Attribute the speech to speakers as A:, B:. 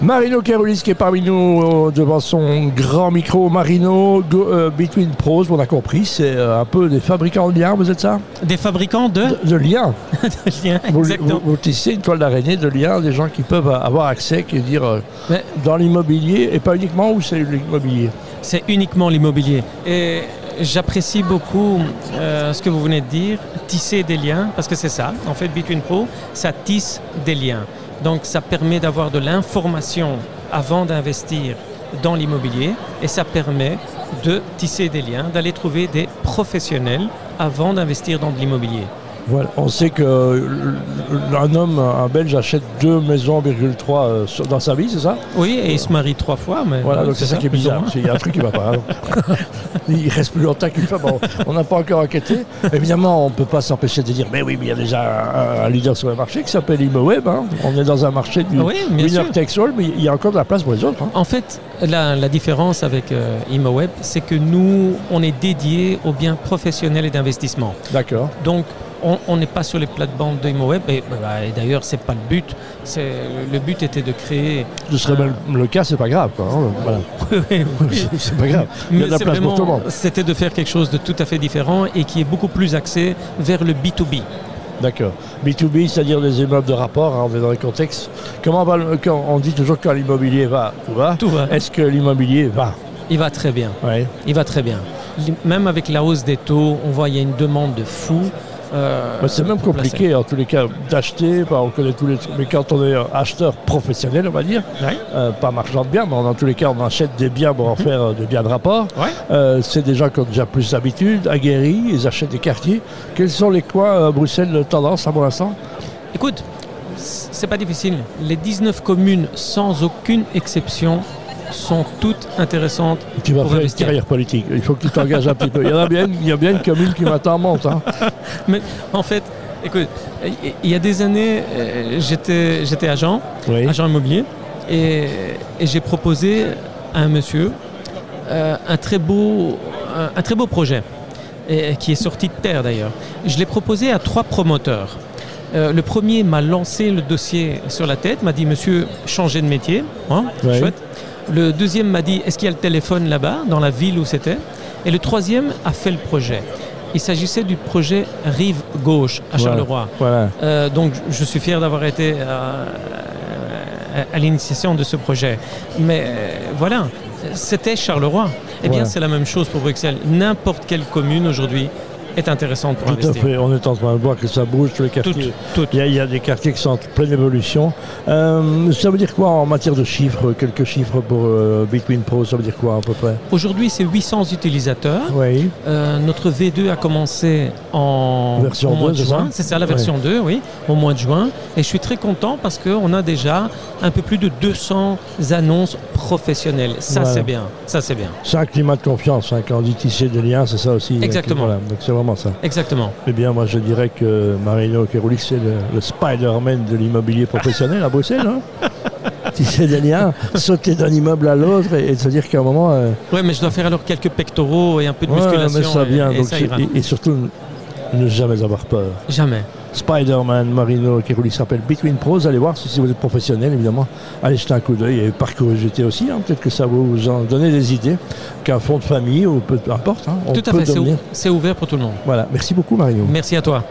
A: Marino Keroulis qui est parmi nous devant son grand micro. Marino, Between Pros, on a compris, c'est un peu des fabricants de liens, vous êtes ça?
B: Des fabricants de
A: liens.
B: De liens, exactement.
A: Vous tissez une toile d'araignée de liens, des gens qui peuvent avoir accès, qui dire dans l'immobilier, et pas uniquement, ou c'est l'immobilier?
B: C'est uniquement l'immobilier. Et j'apprécie beaucoup ce que vous venez de dire, tisser des liens, parce que c'est ça, en fait, Between Pro, ça tisse des liens. Donc ça permet d'avoir de l'information avant d'investir dans l'immobilier et ça permet de tisser des liens, d'aller trouver des professionnels avant d'investir dans de l'immobilier.
A: Voilà. On sait qu'un homme, un Belge, achète 2 maisons, 3 dans sa vie, c'est ça?
B: Oui, et il se marie 3 fois. Mais
A: voilà, donc c'est ça qui est bizarre. Il y a un truc qui ne va pas. Il reste plus longtemps qu'une fois. Bon, on n'a pas encore enquêté. Évidemment, on ne peut pas s'empêcher de dire mais oui, mais il y a déjà un leader sur le marché qui s'appelle ImoWeb. Hein. On est dans un marché du winner takes all, mais il y a encore de la place pour les autres. Hein.
B: En fait, la différence avec ImoWeb, c'est que nous, on est dédié aux biens professionnels et d'investissement.
A: D'accord.
B: Donc, on n'est pas sur les plates-bandes d'ImoWeb et d'ailleurs c'est pas le but. Le but était de créer.
A: Ce serait même le cas, c'est pas grave. Quoi, hein, voilà.
B: oui.
A: C'est pas grave. Il y a de la place pour tout le monde.
B: C'était de faire quelque chose de tout à fait différent et qui est beaucoup plus axé vers le B2B.
A: D'accord. B2B, c'est-à-dire des immeubles de rapport, hein, on est dans le contexte. Quand on dit toujours que quand l'immobilier va, tout va. Est-ce que l'immobilier va?
B: Il va très bien.
A: Ouais.
B: Il va très bien. Même avec la hausse des taux, on voit qu'il y a une demande de fou.
A: C'est même compliqué en tous les cas d'acheter, on connaît tous les trucs, mais quand on est acheteur professionnel, on va dire, pas marchand de biens, mais dans tous les cas on achète des biens pour en faire des biens de rapport. C'est des gens qui ont déjà plus d'habitude, aguerris, ils achètent des quartiers. Quels sont les coins à Bruxelles de tendance à pour l'instant?
B: Écoute, c'est pas difficile. Les 19 communes, sans aucune exception, sont toutes intéressantes.
A: Tu vas faire une carrière politique. Il faut que tu t'engages un petit peu. Il y a bien une commune qui m'attend en monte. Hein.
B: Mais en fait, écoute, il y a des années, j'étais agent immobilier, et j'ai proposé à un monsieur un très beau projet, qui est sorti de terre d'ailleurs. Je l'ai proposé à 3 promoteurs. Le premier m'a lancé le dossier sur la tête, m'a dit « Monsieur, changez de métier. Hein, chouette ». Le deuxième m'a dit « Est-ce qu'il y a le téléphone là-bas, dans la ville où c'était ?» Et le troisième a fait le projet. Il s'agissait du projet Rive Gauche à Charleroi. Voilà. Donc je suis fier d'avoir été à l'initiation de ce projet. Mais voilà, c'était Charleroi. Eh bien, c'est la même chose pour Bruxelles. N'importe quelle commune aujourd'hui est intéressante pour investir.
A: Tout à fait, on est en train de voir que ça bouge, tous les quartiers. Il y a des quartiers qui sont en pleine évolution. Ça veut dire quoi en matière de chiffres? Quelques chiffres pour Between Pro, ça veut dire quoi à peu près?
B: Aujourd'hui, c'est 800 utilisateurs.
A: Oui.
B: Notre V2 a commencé au mois de juin. C'est ça, la version 2, oui, au mois de juin. Et je suis très content parce qu'on a déjà un peu plus de 200 annonces professionnelles. Ça, c'est bien. Ça, c'est bien.
A: C'est un climat de confiance. Hein. Quand on dit tisser des liens, c'est ça aussi.
B: Exactement.
A: Voilà. Donc, c'est vraiment ça.
B: Exactement.
A: Eh bien, moi, je dirais que Marino Keroulis, c'est le Spider-Man de l'immobilier professionnel à Bruxelles. Hein. Tisser des liens, sauter d'un immeuble à l'autre et se dire qu'à un moment...
B: Oui, mais je dois faire alors quelques pectoraux et un peu de musculation.
A: Mais ça vient.
B: Et ça ira.
A: Et surtout, ne jamais avoir peur.
B: Jamais.
A: Spider-Man, Marino Keroulis s'appelle Between Pros. Allez voir si vous êtes professionnel, évidemment. Allez jeter un coup d'œil et par curiosité aussi. Hein, peut-être que ça vous en donner des idées. Qu'un fonds de famille ou peu importe. Hein,
B: tout à fait, c'est ouvert pour tout le monde.
A: Voilà. Merci beaucoup, Marino.
B: Merci à toi.